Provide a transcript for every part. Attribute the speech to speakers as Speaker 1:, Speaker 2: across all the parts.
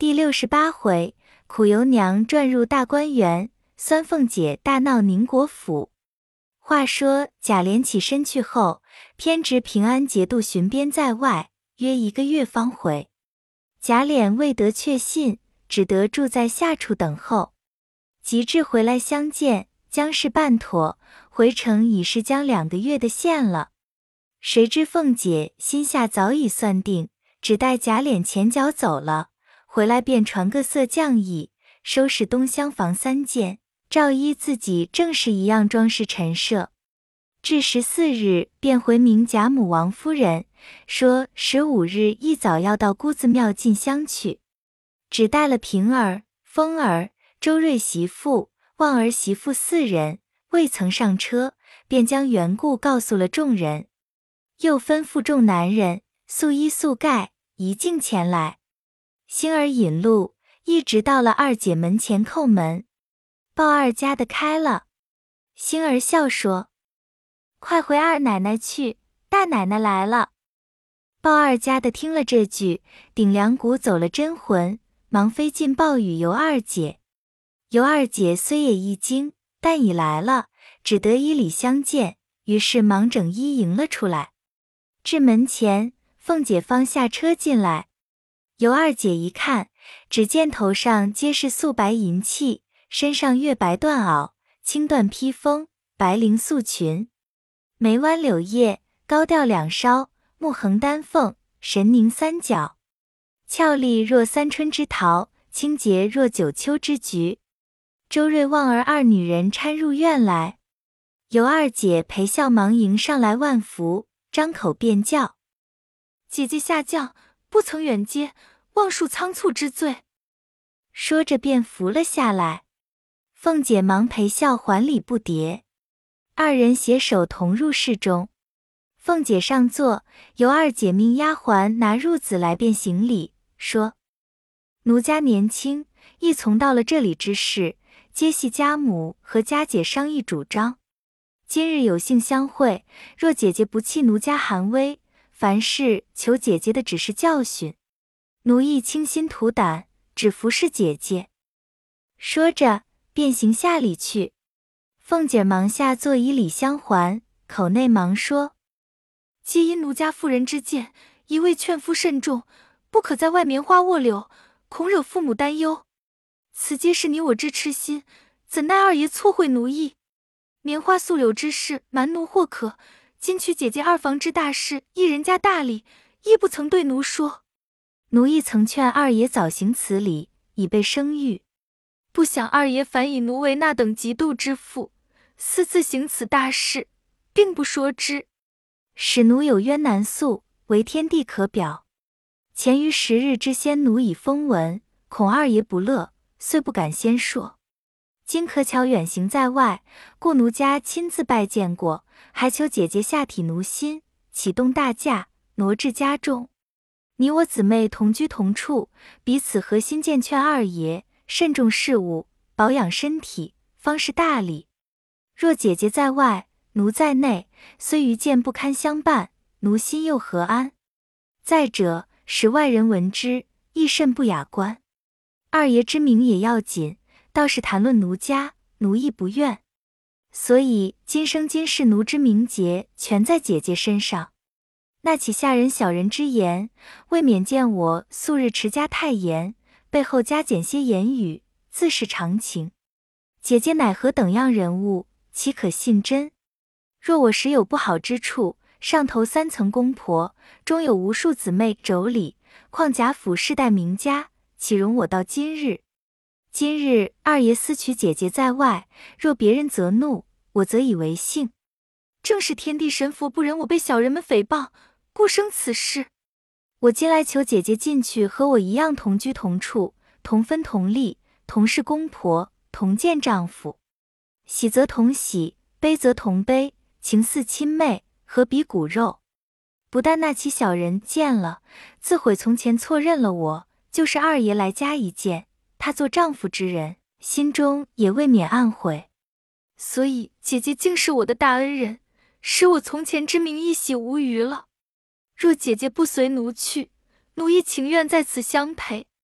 Speaker 1: 第68回，苦油娘转入大观园，酸凤姐大闹宁国府。话说贾琏起身去后，偏值平安节度巡边在外，约1个月方回。贾琏未得确信，只得住在下处等候。及至回来相见，将事办妥，回城已是将2个月的限了。谁知凤姐心下早已算定，只待贾琏前脚走了，回来便传个色匠役，收拾东厢房3间，照依自己正式一样装饰陈设。至14日便回明贾母王夫人，说15日一早要到姑子庙进香去，只带了平儿、凤儿、周瑞媳妇、旺儿媳妇4人，未曾上车，便将缘故告诉了众人，又吩咐众男人素衣素盖，一径前来。星儿引路，一直到了二姐门前叩门，鲍二家的开了。星儿笑说：“快回二奶奶去，大奶奶来了。”鲍二家的听了这句，顶梁骨走了真魂，忙飞进报与尤二姐。尤二姐虽也一惊，但已来了，只得依礼相见，于是忙整衣迎了出来。至门前，凤姐方下车进来。尤二姐一看，只见头上皆是素白银器，身上月白缎袄，青缎披风，白绫素裙，眉弯柳叶，高调2梢，目横丹凤，神凝3角，俏丽若3春之桃，清洁若9秋之菊。周瑞旺儿2女人搀入院来，尤二姐陪笑忙迎上来万福，张口便叫：“姐姐下降，不曾远接，望恕仓促之罪。”说着便扶了下来。凤姐忙陪笑还礼不迭，2人携手同入室中。凤姐上座，尤二姐命丫鬟拿褥子来便行礼，说：“奴家年轻，亦从到了这里之事，皆系家母和家姐商议主张。今日有幸相会，若姐姐不弃奴家寒微，凡事求姐姐的只是教训，奴亦倾心图胆，只服侍姐姐。”说着便行下礼去。凤姐忙下坐以礼相还，口内忙说：“皆因奴家妇人之见，一味劝夫慎重，不可在外棉花卧柳，恐惹父母担忧。此皆是你我之痴心，怎奈二爷错会奴意。棉花素柳之事，瞒奴或可，今娶姐姐2房之大事，一人家大礼，亦不曾对奴说。奴亦曾劝二爷早行此礼，以备生育。不想二爷反以奴为那等极度之妇，私自行此大事，并不说之，使奴有冤难诉，为天地可表。前于10日之先，奴已风闻，恐二爷不乐，遂不敢先说。今可巧远行在外，故奴家亲自拜见过，还求姐姐下体奴心，启动大驾，挪至家中。你我姊妹同居同处，彼此核心荐劝二爷慎重事务，保养身体，方是大礼。若姐姐在外，奴在内，虽愚见不堪相伴，奴心又何安？再者，使外人闻之，亦甚不雅观。二爷之名也要紧，倒是谈论奴家，奴亦不愿。所以今生今世奴之名节，全在姐姐身上。那起下人小人之言，未免见我素日持家太严，背后加减些言语，自是常情。姐姐乃何等样人物，岂可信真？若我实有不好之处，上头3层公婆，中有无数姊妹妯娌，况贾府世代名家，岂容我到今日？今日二爷私娶姐姐在外，若别人则怒，我则以为幸。正是天地神佛不忍我被小人们诽谤，故生此事。我今来求姐姐进去和我一样同居同处，同分同利，同是公婆，同见丈夫。喜则同喜，悲则同悲，情似亲妹，何比骨肉？不但那起小人见了，自悔从前错认了我，就是二爷来加一见，他做丈夫之人，心中也未免暗悔。所以姐姐竟是我的大恩人，使我从前之名一洗无余了。若姐姐不随奴去，奴亦情愿在此相陪。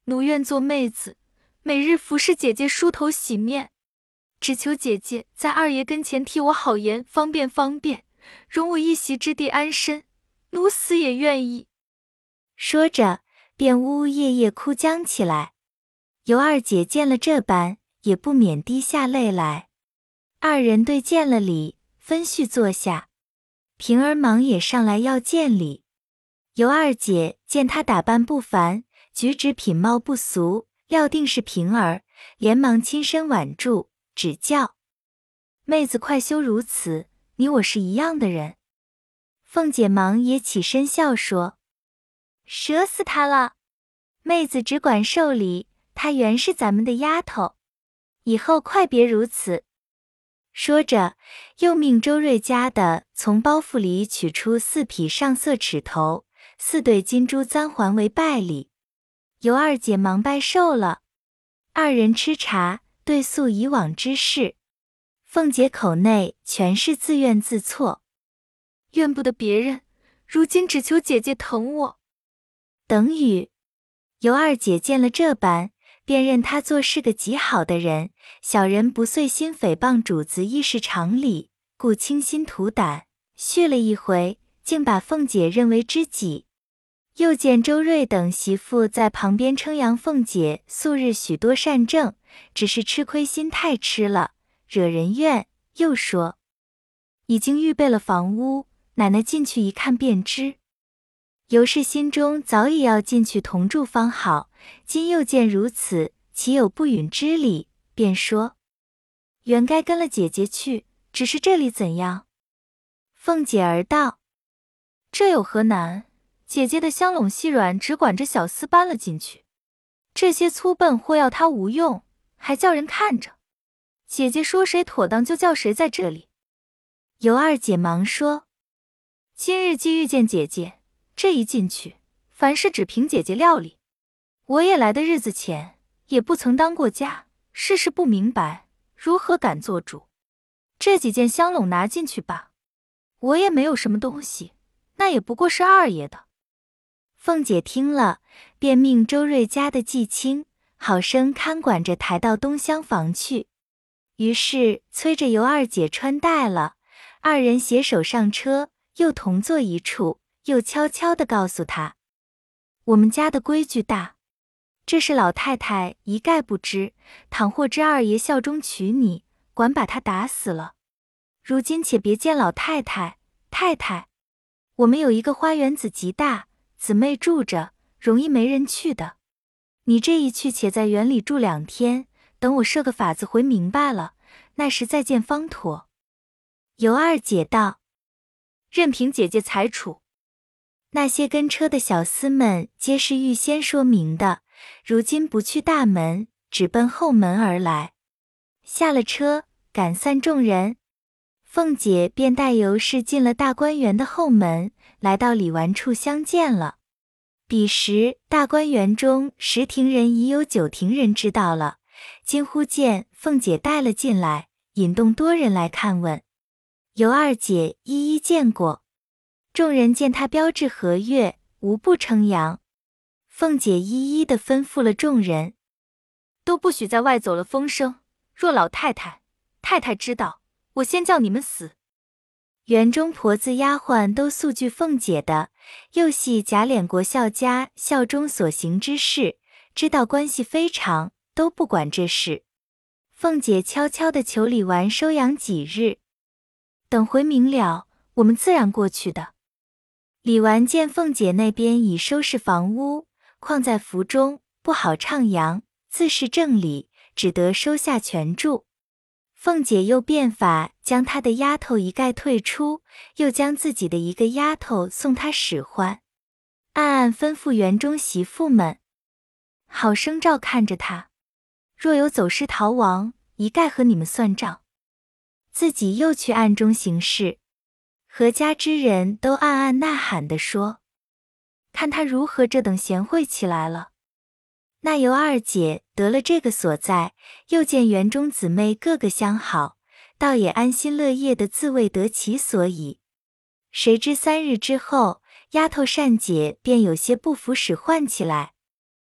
Speaker 2: 奴愿做妹子，每日服侍姐姐梳头洗面，只求姐姐在二爷跟前替我好言，方便，容我一席之地安身，奴死也愿意。”
Speaker 1: 说着，便呜呜咽咽哭将起来。尤二姐见了这般，也不免滴下泪来。二人对见了礼，分序坐下。平儿忙也上来要见礼。尤二姐见她打扮不凡，举止品貌不俗，料定是平儿，连忙亲身挽住，指教：“妹子快休如此，你我是一样的人。”凤姐忙也起身笑说：“折死她了！妹子只管受礼，她原是咱们的丫头，以后快别如此。”说着，又命周瑞家的从包袱里取出4匹上色齿头，4对金珠簪环为拜礼。尤二姐忙拜受了。二人吃茶，对诉以往之事。凤姐口内全是自怨自挫：“
Speaker 2: 怨不得别人，如今只求姐姐疼我。”
Speaker 1: 等语。尤二姐见了这般，便认他做是个极好的人，小人不遂心诽谤主子亦是常理，故倾心吐胆，续了一回，竟把凤姐认为知己。又见周瑞等媳妇在旁边称扬凤姐素日许多善政，只是吃亏心太吃了，惹人怨，又说：“已经预备了房屋，奶奶进去一看便知。”尤氏心中早已要进去同住方好，今又见如此，岂有不允之理？便说：“原该跟了姐姐去，只是这里怎样？”凤姐儿道：“
Speaker 2: 这有何难？姐姐的香拢细软只管着小厮搬了进去，这些粗笨或要她无用，还叫人看着。姐姐说谁妥当就叫谁在这里。”
Speaker 1: 尤二姐忙说：“
Speaker 2: 今日既遇见姐姐，这一进去，凡事只凭姐姐料理。我也来的日子浅，也不曾当过家，事事不明白，如何敢做主？这几件香笼拿进去吧，我也没有什么东西，那也不过是二爷的。”
Speaker 1: 凤姐听了，便命周瑞家的季青好生看管着抬到东厢房去。于是催着尤二姐穿戴了，二人携手上车，又同坐一处，又悄悄地告诉她：“我们家的规矩大，这是老太太一概不知，倘或知二爷孝忠娶你，管把他打死了。如今且别见老太太、太太，我们有一个花园子极大，姊妹住着，容易没人去的。你这一去，且在园里住2天，等我设个法子回明白了，那时再见方妥。”尤二姐道：“
Speaker 2: 任凭姐姐裁处。”
Speaker 1: 那些跟车的小厮们皆是预先说明的，如今不去大门，只奔后门而来。下了车，赶散众人，凤姐便带尤氏进了大观园的后门，来到李纨处相见了。彼时大观园中10亭人已有9亭人知道了，今忽见凤姐带了进来，引动多人来看问。尤二姐一一见过，众人见她标致和悦，无不称扬。凤姐一一地吩咐了众人，
Speaker 2: 都不许在外走了风声，若老太太、太太知道，我先叫你们死。
Speaker 1: 园中婆子丫鬟都素惧凤姐的，又系贾琏国孝家孝中所行之事，知道关系非常，都不管这事。凤姐悄悄地求李纨收养几日，等回明了，我们自然过去的。李纨见凤姐那边已收拾房屋，况在府中，不好唱扬，自是正理，只得收下全住。凤姐又变法将她的丫头一概退出，又将自己的一个丫头送她使唤，暗暗吩咐园中媳妇们，好生照看着她，若有走失逃亡，一概和你们算账。自己又去暗中行事，何家之人都暗暗呐喊地说，看她如何这等贤惠起来了。那尤二姐得了这个所在，又见园中姊妹个个相好，倒也安心乐业的自谓得其所以。谁知3日之后，丫头善姐便有些不服使唤起来，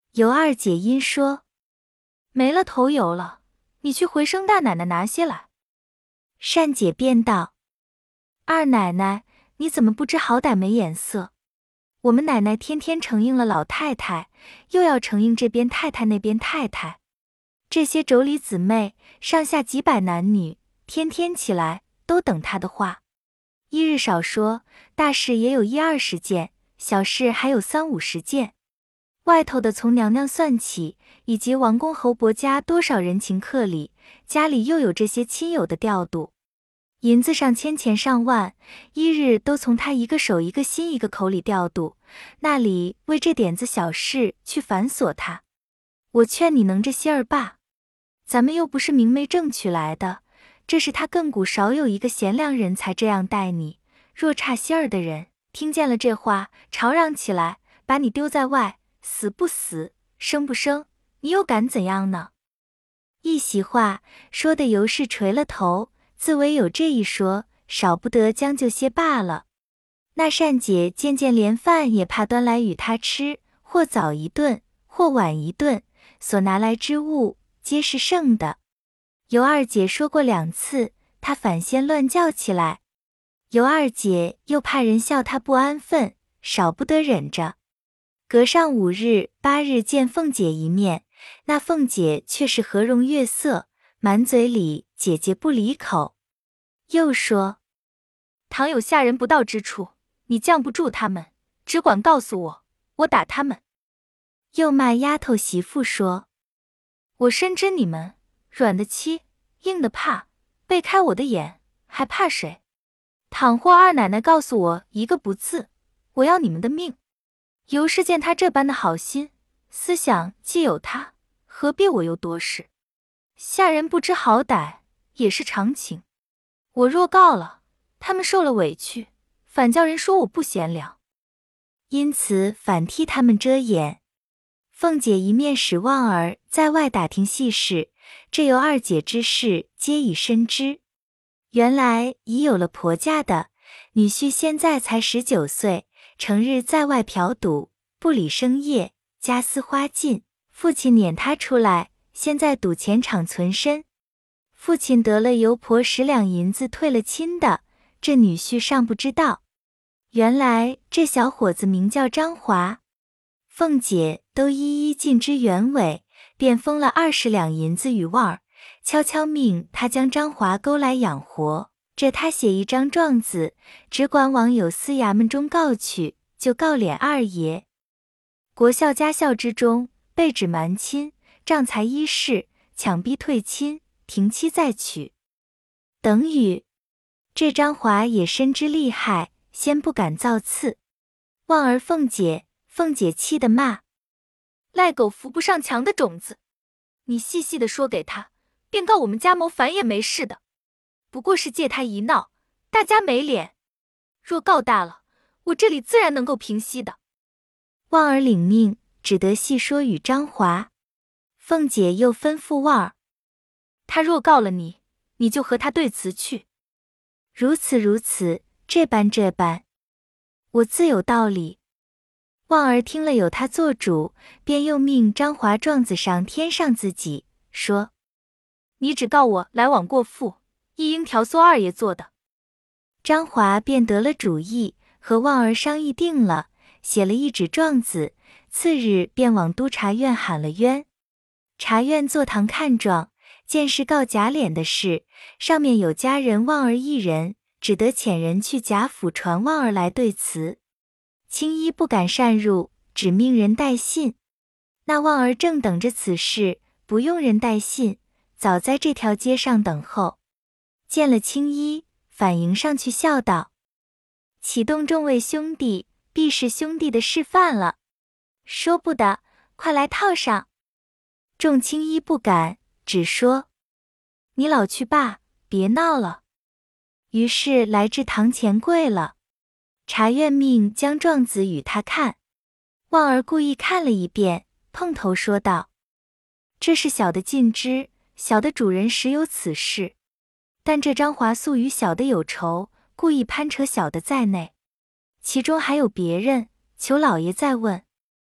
Speaker 1: 尤二姐因说：“
Speaker 2: 没了头油了，你去回生大奶奶拿些来。”
Speaker 1: 单姐便道：“
Speaker 2: 二奶奶，你怎么不知好歹没眼色？我们奶奶天天承应了老太太，又要承应这边太太那边太太，这些妯娌姊妹上下几百男女，天天起来都等她的话。一日少说，大事也有10-20件，小事还有30-50件。外头的从娘娘算起，以及王公侯伯家多少人情客礼，家里又有这些亲友的调度，银子上千钱上万，一日都从他一个手一个心一个口里调度，那里为这点子小事去繁琐他？我劝你能这些儿罢，咱们又不是明媒正娶来的，这是他亘古少有一个贤良人才这样待你。若差些儿的人听见了这话，吵嚷起来，把你丢在外，死不死，生不生，你又敢怎样呢？”
Speaker 1: 一席话说的尤氏垂了头，自为有这一说，少不得将就些罢了。那单姐渐渐连饭也怕端来与她吃，或早一顿，或晚一顿，所拿来之物皆是剩的。尤二姐说过2次，她反先乱叫起来。尤二姐又怕人笑她不安分，少不得忍着。隔上5日、8日见凤姐一面，那凤姐却是和容悦色，满嘴里姐姐不离口。又说：“
Speaker 2: 倘有下人不到之处，你犟不住他们，只管告诉我，我打他们。”
Speaker 1: 又骂丫头媳妇说：“
Speaker 2: 我深知你们软的欺，硬的怕，背开我的眼，还怕谁？倘或二奶奶告诉我一个不字，我要你们的命。尤氏见他这般的好心，思想既有他，何必我又多事？下人不知好歹，也是常情。我若告了，他们受了委屈，反叫人说我不贤良，
Speaker 1: 因此反替他们遮掩。”凤姐一面使旺儿在外打听细事，这尤二姐之事皆已深知。原来已有了婆家的女婿，现在才19岁，成日在外嫖赌，不理生业，家私花尽，父亲撵他出来，现在赌钱场存身。父亲得了尤婆10两银子退了亲的，这女婿尚不知道。原来这小伙子名叫张华。凤姐都一一尽知原委，便封了20两银子与旺儿，悄悄命他将张华勾来养活。这他写一张状子，只管往有司衙门中告去，就告脸二爷。国孝家孝之中，被指瞒亲，仗财依势，强逼退亲，停妻再娶等语。这张华也深知厉害，先不敢造次。旺儿凤姐气得骂：“
Speaker 2: 赖狗扶不上墙的种子！你细细的说给他，便告我们家谋反也没事的，不过是借他一闹，大家没脸。若告大了，我这里自然能够平息的。”
Speaker 1: 旺儿领命，只得细说与张华。凤姐又吩咐旺儿：“
Speaker 2: 他若告了你，你就和他对词去。
Speaker 1: 如此，这般，我自有道理。”旺儿听了有他做主，便又命张华状子上添上自己，说：“
Speaker 2: 你只告我来往过户，一应调唆二爷做的。”
Speaker 1: 张华便得了主意，和旺儿商议定了，写了一纸状子，次日便往督察院喊了冤。察院坐堂看状，见是告贾琏的事，上面有家人旺儿一人，只得遣人去贾府传旺儿来对词。青衣不敢擅入，只命人带信。那旺儿正等着此事，不用人带信，早在这条街上等候。见了青衣，反迎上去笑道：“启动众位兄弟，必是兄弟的示范了。说不得，快来套上。”众青衣不敢，只说：“你老去罢，别闹了。”于是来至堂前跪了。察院命将状子与他看，旺儿故意看了一遍，碰头说道：“这是小的尽知，小的主人实有此事，但这张华素与小的有仇，故意攀扯小的在内，其中还有别人，求老爷再问。”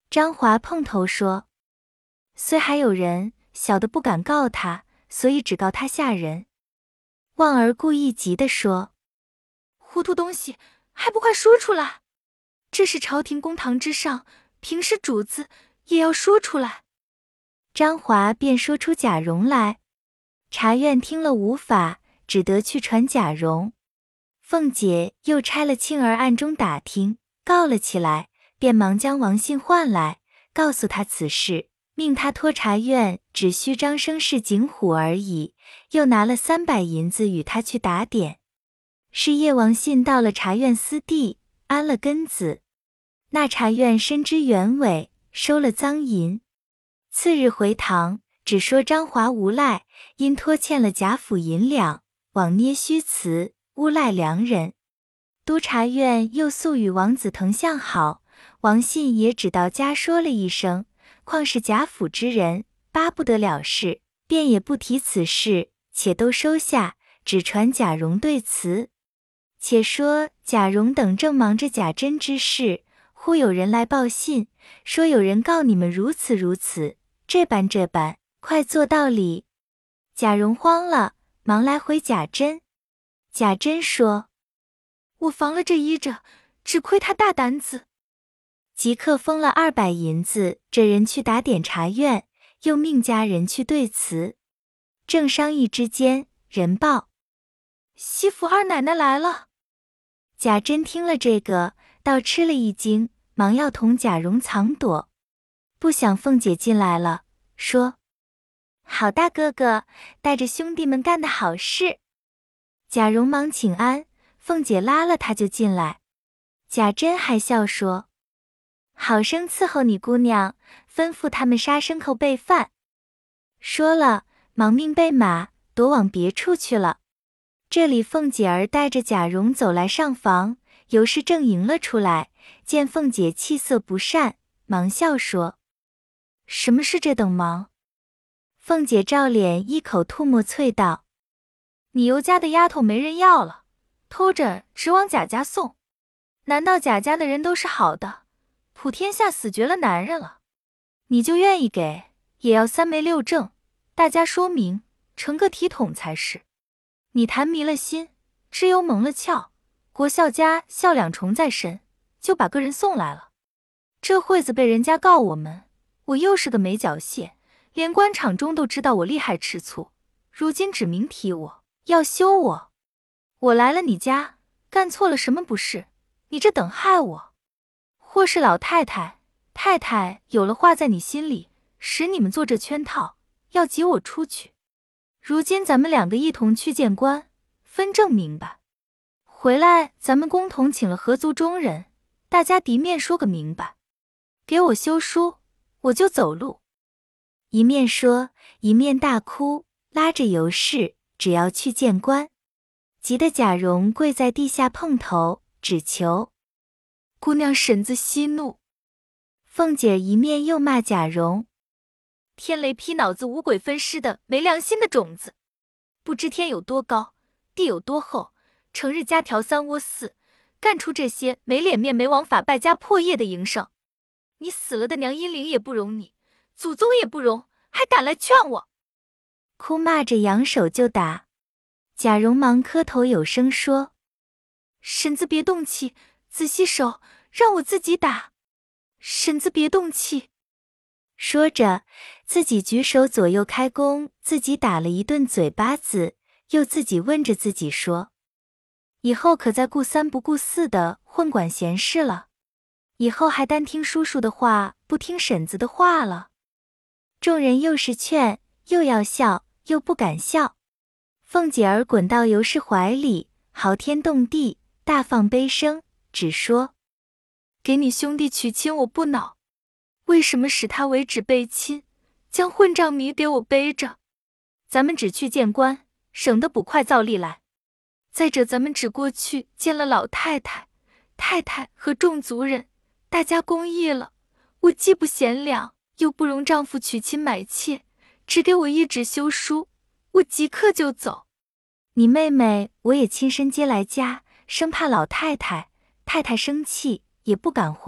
Speaker 1: 张华碰头说，虽还有人，小的不敢告他，所以只告他下人。旺儿故意急地说，
Speaker 2: 糊涂东西，还不快说出来！这是朝廷公堂之上，平时主子也要说出来。
Speaker 1: 张华便说出贾蓉来。察院听了无法，只得去传贾蓉。凤姐又差了庆儿暗中打听，告了起来，便忙将王信唤来，告诉他此事，命他托察院只需张生是景虎而已，又拿了300银子与他去打点。是夜王信到了察院司地，安了根子。那察院深知原委，收了赃银。次日回堂，只说张华无赖，因拖欠了贾府银两，枉捏虚词，诬赖良人。督察院又诉与王子腾相好，王信也只到家说了一声，况是贾府之人，巴不得了事，便也不提此事，且都收下，只传贾蓉对词。且说贾蓉等正忙着贾珍之事，忽有人来报信，说有人告你们如此如此，这般这般，快做道理。贾蓉慌了，忙来回贾珍。贾珍说，
Speaker 2: 我防了这依着，只亏他大胆子。
Speaker 1: 即刻封了200银子，这人去打点察院，又命家人去对词。正商议之间，人报
Speaker 2: 媳妇二奶奶来了。
Speaker 1: 贾珍听了这个，倒吃了一惊，忙要同贾蓉藏躲。不想凤姐进来了，说，好大哥哥，带着兄弟们干的好事。贾蓉忙请安，凤姐拉了他就进来。贾珍还笑说，好生伺候你姑娘，吩咐他们杀牲口备饭。说了，忙命备马，躲往别处去了。这里凤姐儿带着贾蓉走来上房，尤氏正迎了出来，见凤姐气色不善，忙笑说，什么事这等忙？凤姐照脸一口吐沫啐道，
Speaker 2: 你尤家的丫头没人要了，偷着直往贾家送。难道贾家的人都是好的，普天下死绝了男人了？你就愿意给，也要3媒6证，大家说明，成个体统才是。你谈迷了心，知由蒙了窍，国孝家孝2重在身，就把个人送来了。这会子被人家告我们，我又是个没缴械，连官场中都知道我厉害吃醋，如今指名提我，要休我。我来了你家，干错了什么不是？你这等害我。或是老太太、太太有了话在你心里，使你们做这圈套，要挤我出去。如今咱们2个一同去见官，分证明白。回来咱们共同请了合族中人，大家敌面说个明白。给我休书，我就走路。
Speaker 1: 一面说，一面大哭，拉着尤氏，只要去见官。急得贾蓉跪在地下碰头，只求
Speaker 2: 姑娘婶子息怒。
Speaker 1: 凤姐一面又骂贾蓉，
Speaker 2: 天雷劈脑子，五鬼分尸的没良心的种子，不知天有多高，地有多厚，成日家调3窝4，干出这些没脸面没王法败家破业的营生。你死了的娘阴灵也不容你，祖宗也不容，还敢来劝我。
Speaker 1: 哭骂着扬手就打。贾蓉忙磕头有声说，
Speaker 2: 婶子别动气，仔细手，让我自己打。婶子别动气。
Speaker 1: 说着，自己举手左右开弓，自己打了一顿嘴巴子，又自己问着自己说，以后可再顾3不顾4的混管闲事了，以后还单听叔叔的话，不听婶子的话了。众人又是劝，又要笑，又不敢笑。凤姐儿滚到尤氏怀里，嚎天动地，大放悲声，只说，
Speaker 2: 给你兄弟娶亲我不恼，为什么使他为止背亲，将混账迷给我背着？咱们只去见官，省得捕快造例来。再者咱们只过去见了老太太、太太和众族人，大家公议了，我既不贤良，又不容丈夫娶亲买妾，只给我一纸休书，我即刻就走。
Speaker 1: 你妹妹我也亲身接来家，生怕老太太、太太生气，也不敢回，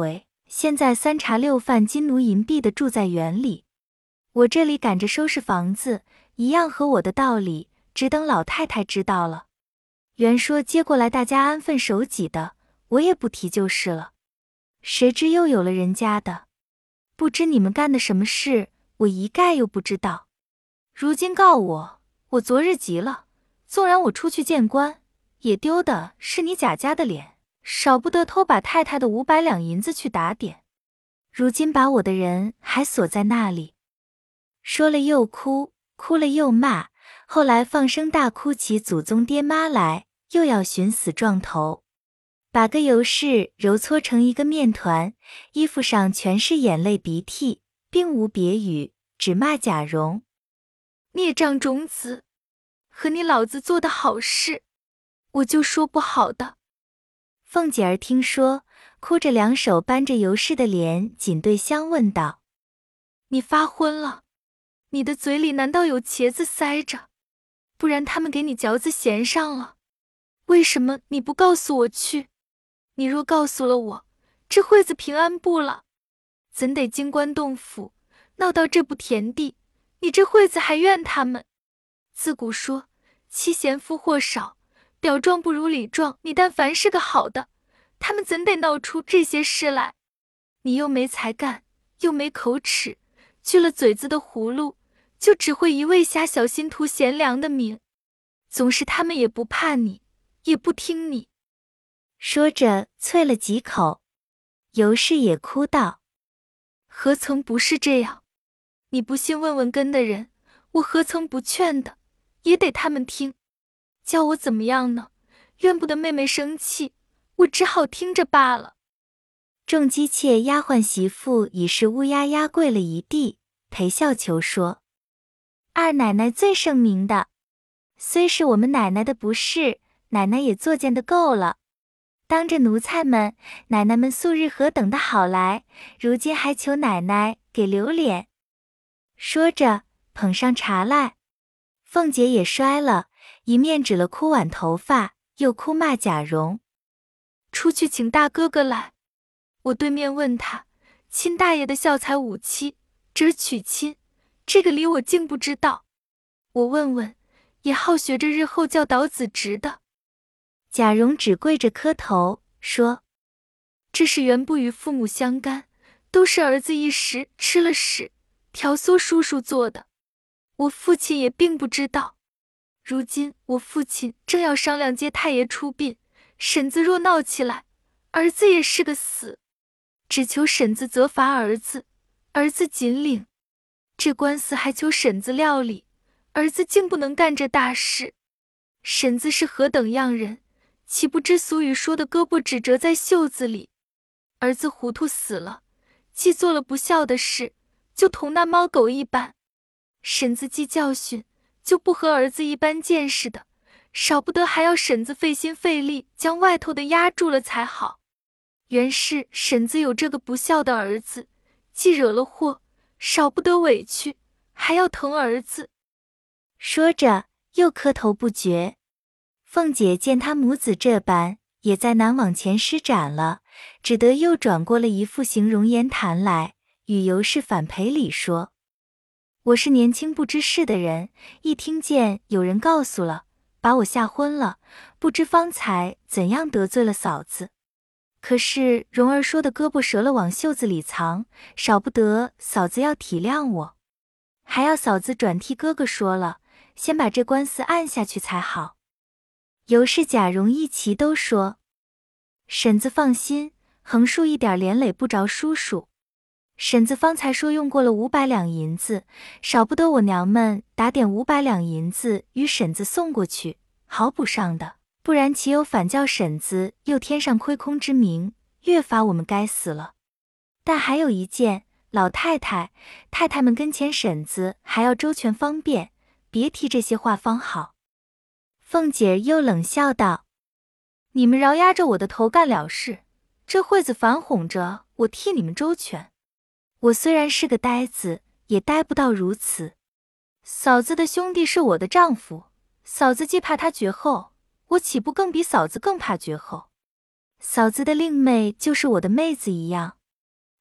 Speaker 1: 现在3茶6饭金奴银币的住在园里，我这里赶着收拾房子，一样和我的道理，只等老太太知道了。原说接过来大家安分守己的，我也不提就是了。谁知又有了人家的，不知你们干的什么事，我一概又不知道。如今告我，我昨日急了，纵然我出去见官，也丢的是你贾家的脸，少不得偷把太太的500两银子去打点。如今把我的人还锁在那里。说了又哭，哭了又骂，后来放声大哭起祖宗爹妈来，又要寻死撞头。把个尤氏揉搓成一个面团，衣服上全是眼泪鼻涕，并无别语，只骂贾蓉。
Speaker 2: 孽障种子，和你老子做的好事，我就说不好的。
Speaker 1: 凤姐儿听说，哭着两手扳着尤氏的脸，紧对香问道：
Speaker 2: 你发昏了？你的嘴里难道有茄子塞着？不然他们给你嚼子衔上了，为什么你不告诉我去？你若告诉了我，这会子平安不了，怎得经官动府，闹到这步田地，你这会子还怨他们？自古说妻贤夫祸少，表状不如里状，你但凡是个好的，他们怎得闹出这些事来？你又没才干，又没口齿，去了嘴子的葫芦，就只会一味瞎小心图贤良的名，总是他们也不怕你，也不听你。
Speaker 1: 说着啐了几口。尤氏也哭道：
Speaker 2: 何曾不是这样？你不信问问跟的人，我何曾不劝的，也得他们听。叫我怎么样呢？怨不得妹妹生气，我只好听着罢了。
Speaker 1: 众姬妾丫鬟媳妇已是乌鸦鸦跪了一地，陪笑求说：二奶奶最圣明的，虽是我们奶奶的不是，奶奶也作践的够了。当着奴才们，奶奶们素日何等的好来，如今还求奶奶给留脸。说着捧上茶来，凤姐也摔了，一面指了哭挽头发，又哭骂贾蓉：
Speaker 2: 出去请大哥哥来。我对面问他，亲大爷的孝才5妻，这儿娶亲，这个理我竟不知道。我问问，也好学着日后教导子侄的。
Speaker 1: 贾蓉只跪着磕头，说：
Speaker 2: 这是原不与父母相干，都是儿子一时吃了屎，挑唆叔叔做的。我父亲也并不知道。如今我父亲正要商量接太爷出殡，婶子若闹起来，儿子也是个死，只求婶子责罚儿子，儿子紧领。这官司还求婶子料理，儿子竟不能干这大事。婶子是何等样人，岂不知俗语说的胳膊只折在袖子里？儿子糊涂死了，既做了不孝的事，就同那猫狗一般。婶子既教训，就不和儿子一般见识的，少不得还要婶子费心费力将外头的压住了才好。原是婶子有这个不孝的儿子，既惹了祸，少不得委屈，还要疼儿子。
Speaker 1: 说着又磕头不绝。凤姐见他母子这般，也再难往前施展了，只得又转过了一副形容言谈来，与尤氏反赔礼说：我是年轻不知事的人，一听见有人告诉了，把我吓昏了，不知方才怎样得罪了嫂子。可是蓉儿说的胳膊折了往袖子里藏，少不得嫂子要体谅我，还要嫂子转替哥哥说了，先把这官司按下去才好。尤氏贾蓉一齐都说：婶子放心，横竖一点连累不着叔叔。婶子方才说用过了500两银子，少不得我娘们打点500两银子与婶子送过去，好补上的，不然岂有反叫婶子又添上亏空之名，越发我们该死了。但还有一件，老太太、太太们跟前婶子还要周全方便，别提这些话方好。凤姐又冷笑道：你们饶压着我的头干了事，这会子反哄着我替你们周全。我虽然是个呆子，也呆不到如此。嫂子的兄弟是我的丈夫，嫂子既怕他绝后，我岂不更比嫂子更怕绝后？嫂子的令妹就是我的妹子一样，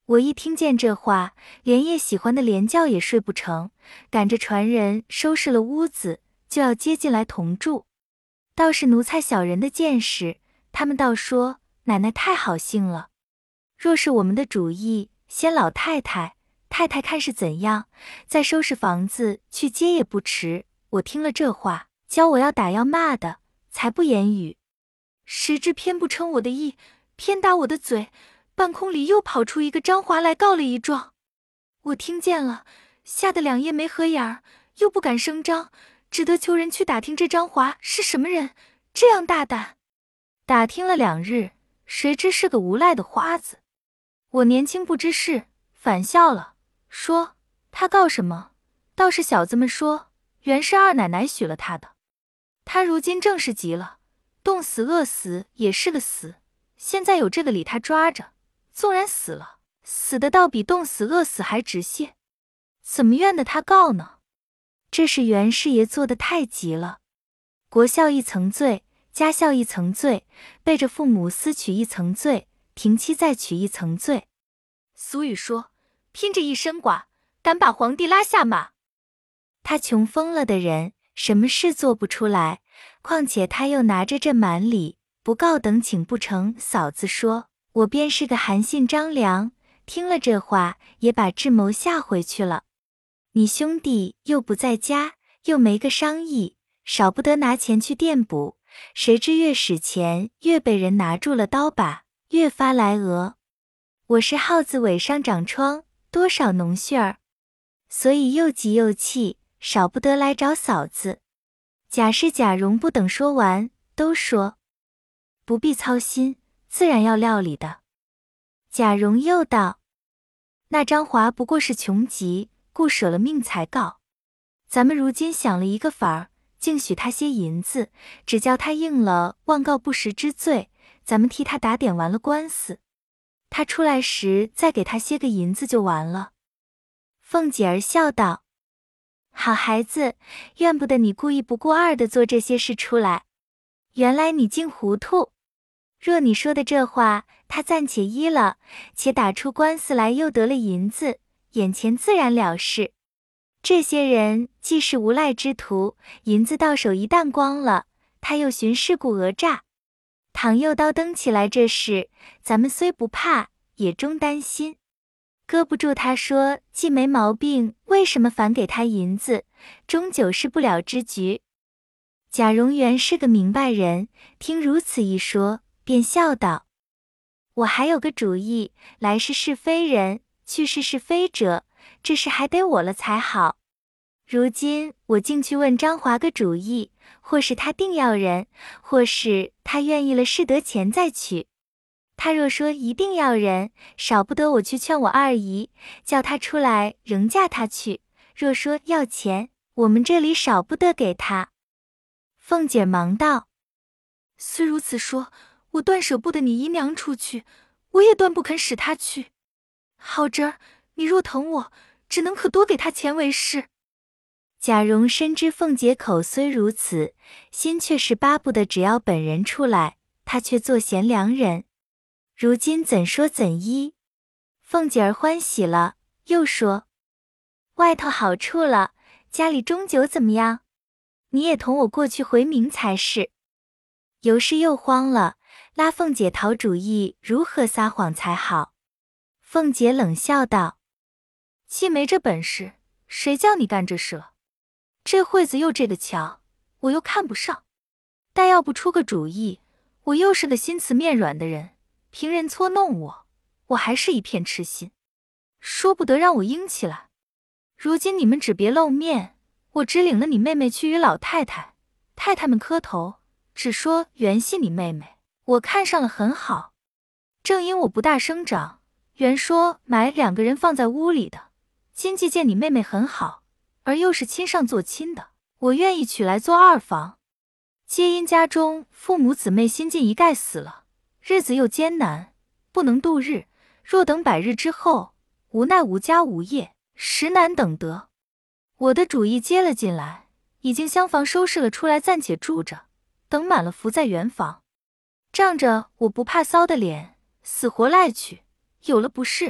Speaker 1: 我一听见这话，连夜喜欢的连觉也睡不成，赶着传人收拾了屋子，就要接进来同住。倒是奴才小人的见识，他们倒说奶奶太好性了。若是我们的主意，先老太太、太太看是怎样，再收拾房子去接也不迟。我听了这话，教我要打要骂的，才不言语。谁知偏不称我的意，偏打我的嘴，半空里又跑出一个张华来告了一状。我听见了，吓得两夜没合眼儿，又不敢声张，只得求人去打听这张华是什么人，这样大胆。打听了2日，谁知是个无赖的花子。我年轻不知事，反笑了，说他告什么？倒是小子们说，原是二奶奶许了他的。他如今正是急了，冻死饿死也是个死，现在有这个理他抓着，纵然死了，死的倒比冻死饿死还直些，怎么怨得他告呢？这是袁师爷做得太急了，国孝一层罪，家孝一层罪，背着父母私取一层罪，停妻再娶一层罪。俗语说，拼着一身剐，敢把皇帝拉下马。他穷疯了的人，什么事做不出来，况且他又拿着这满礼，不告等请不成。嫂子说，我便是个韩信张良，听了这话，也把智谋吓回去了。你兄弟又不在家，又没个商议，少不得拿钱去垫补，谁知越使钱，越被人拿住了刀把，越发来讹。我是耗子尾上长疮，多少脓血儿，所以又急又气，少不得来找嫂子。贾氏贾蓉不等说完，都说不必操心，自然要料理的。贾蓉又道，那张华不过是穷急，故舍了命才告。咱们如今想了一个法儿，竟许他些银子，只叫他应了妄告不实之罪，咱们替他打点完了官司，他出来时再给他些个银子就完了。凤姐儿笑道，好孩子，怨不得你故意不顾二的做这些事出来，原来你竟糊涂。若你说的这话，他暂且依了，且打出官司来又得了银子，眼前自然了事。这些人既是无赖之徒，银子到手一旦光了，他又寻事故讹诈。倘又刀登起来这事，咱们虽不怕，也终担心。搁不住他说既没毛病，为什么反给他银子，终究是不了之局。贾蓉原是个明白人，听如此一说，便笑道，我还有个主意，来世是非人，去世是非者，这事还得我了才好。如今我竟去问张华个主意，或是他定要人，或是他愿意了是得钱再娶。他若说一定要人，少不得我去劝我二姨，叫他出来仍嫁他去；若说要钱，我们这里少不得给他。凤姐忙道，虽如此说，我断舍不得你姨娘出去，我也断不肯使她去。好侄儿，你若疼我，只能可多给她钱为是。贾蓉深知凤姐口虽如此，心却是巴不得只要本人出来，她却做贤良人。如今怎说怎依？凤姐儿欢喜了，又说，外头好处了，家里终究怎么样？你也同我过去回明才是。尤氏又慌了，拉凤姐讨主意如何撒谎才好。凤姐冷笑道，既没这本事，谁叫你干这事了？这会子又这个瞧，我又看不上。但要不出个主意，我又是个心慈面软的人，凭人搓弄我，我还是一片痴心，说不得让我应起来。如今你们只别露面，我只领了你妹妹去与老太太、太太们磕头，只说原系你妹妹，我看上了很好。正因我不大声长，原说买2个人放在屋里的，今既见你妹妹很好，而又是亲上做亲的，我愿意娶来做2房。皆因家中父母姊妹新近一概死了，日子又艰难，不能度日，若等100日之后，无奈无家无业，实难等得。我的主意接了进来，已经厢房收拾了出来，暂且住着，等满了伏在原房。仗着我不怕骚的脸，死活赖去，有了不是，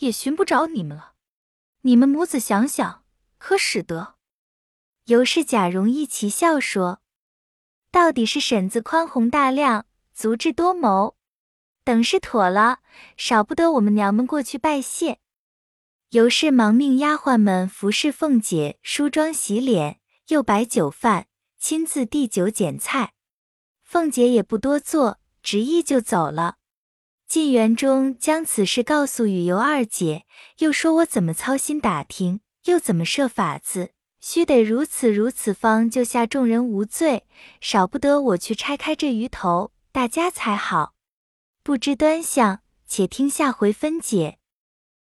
Speaker 2: 也寻不着你们了。你们母子想想，可使得？
Speaker 1: 尤氏贾蓉一齐笑说：到底是婶子宽宏大量，足智多谋。等是妥了，少不得我们娘们过去拜谢。尤氏忙命丫鬟们服侍凤姐梳妆洗脸，又摆酒饭，亲自递酒捡菜。凤姐也不多做，执意就走了。进园中将此事告诉与尤二姐，又说我怎么操心打听，又怎么设法子，须得如此如此方救下众人无罪，少不得我去拆开这鱼头，大家才好。不知端详，且听下回分解。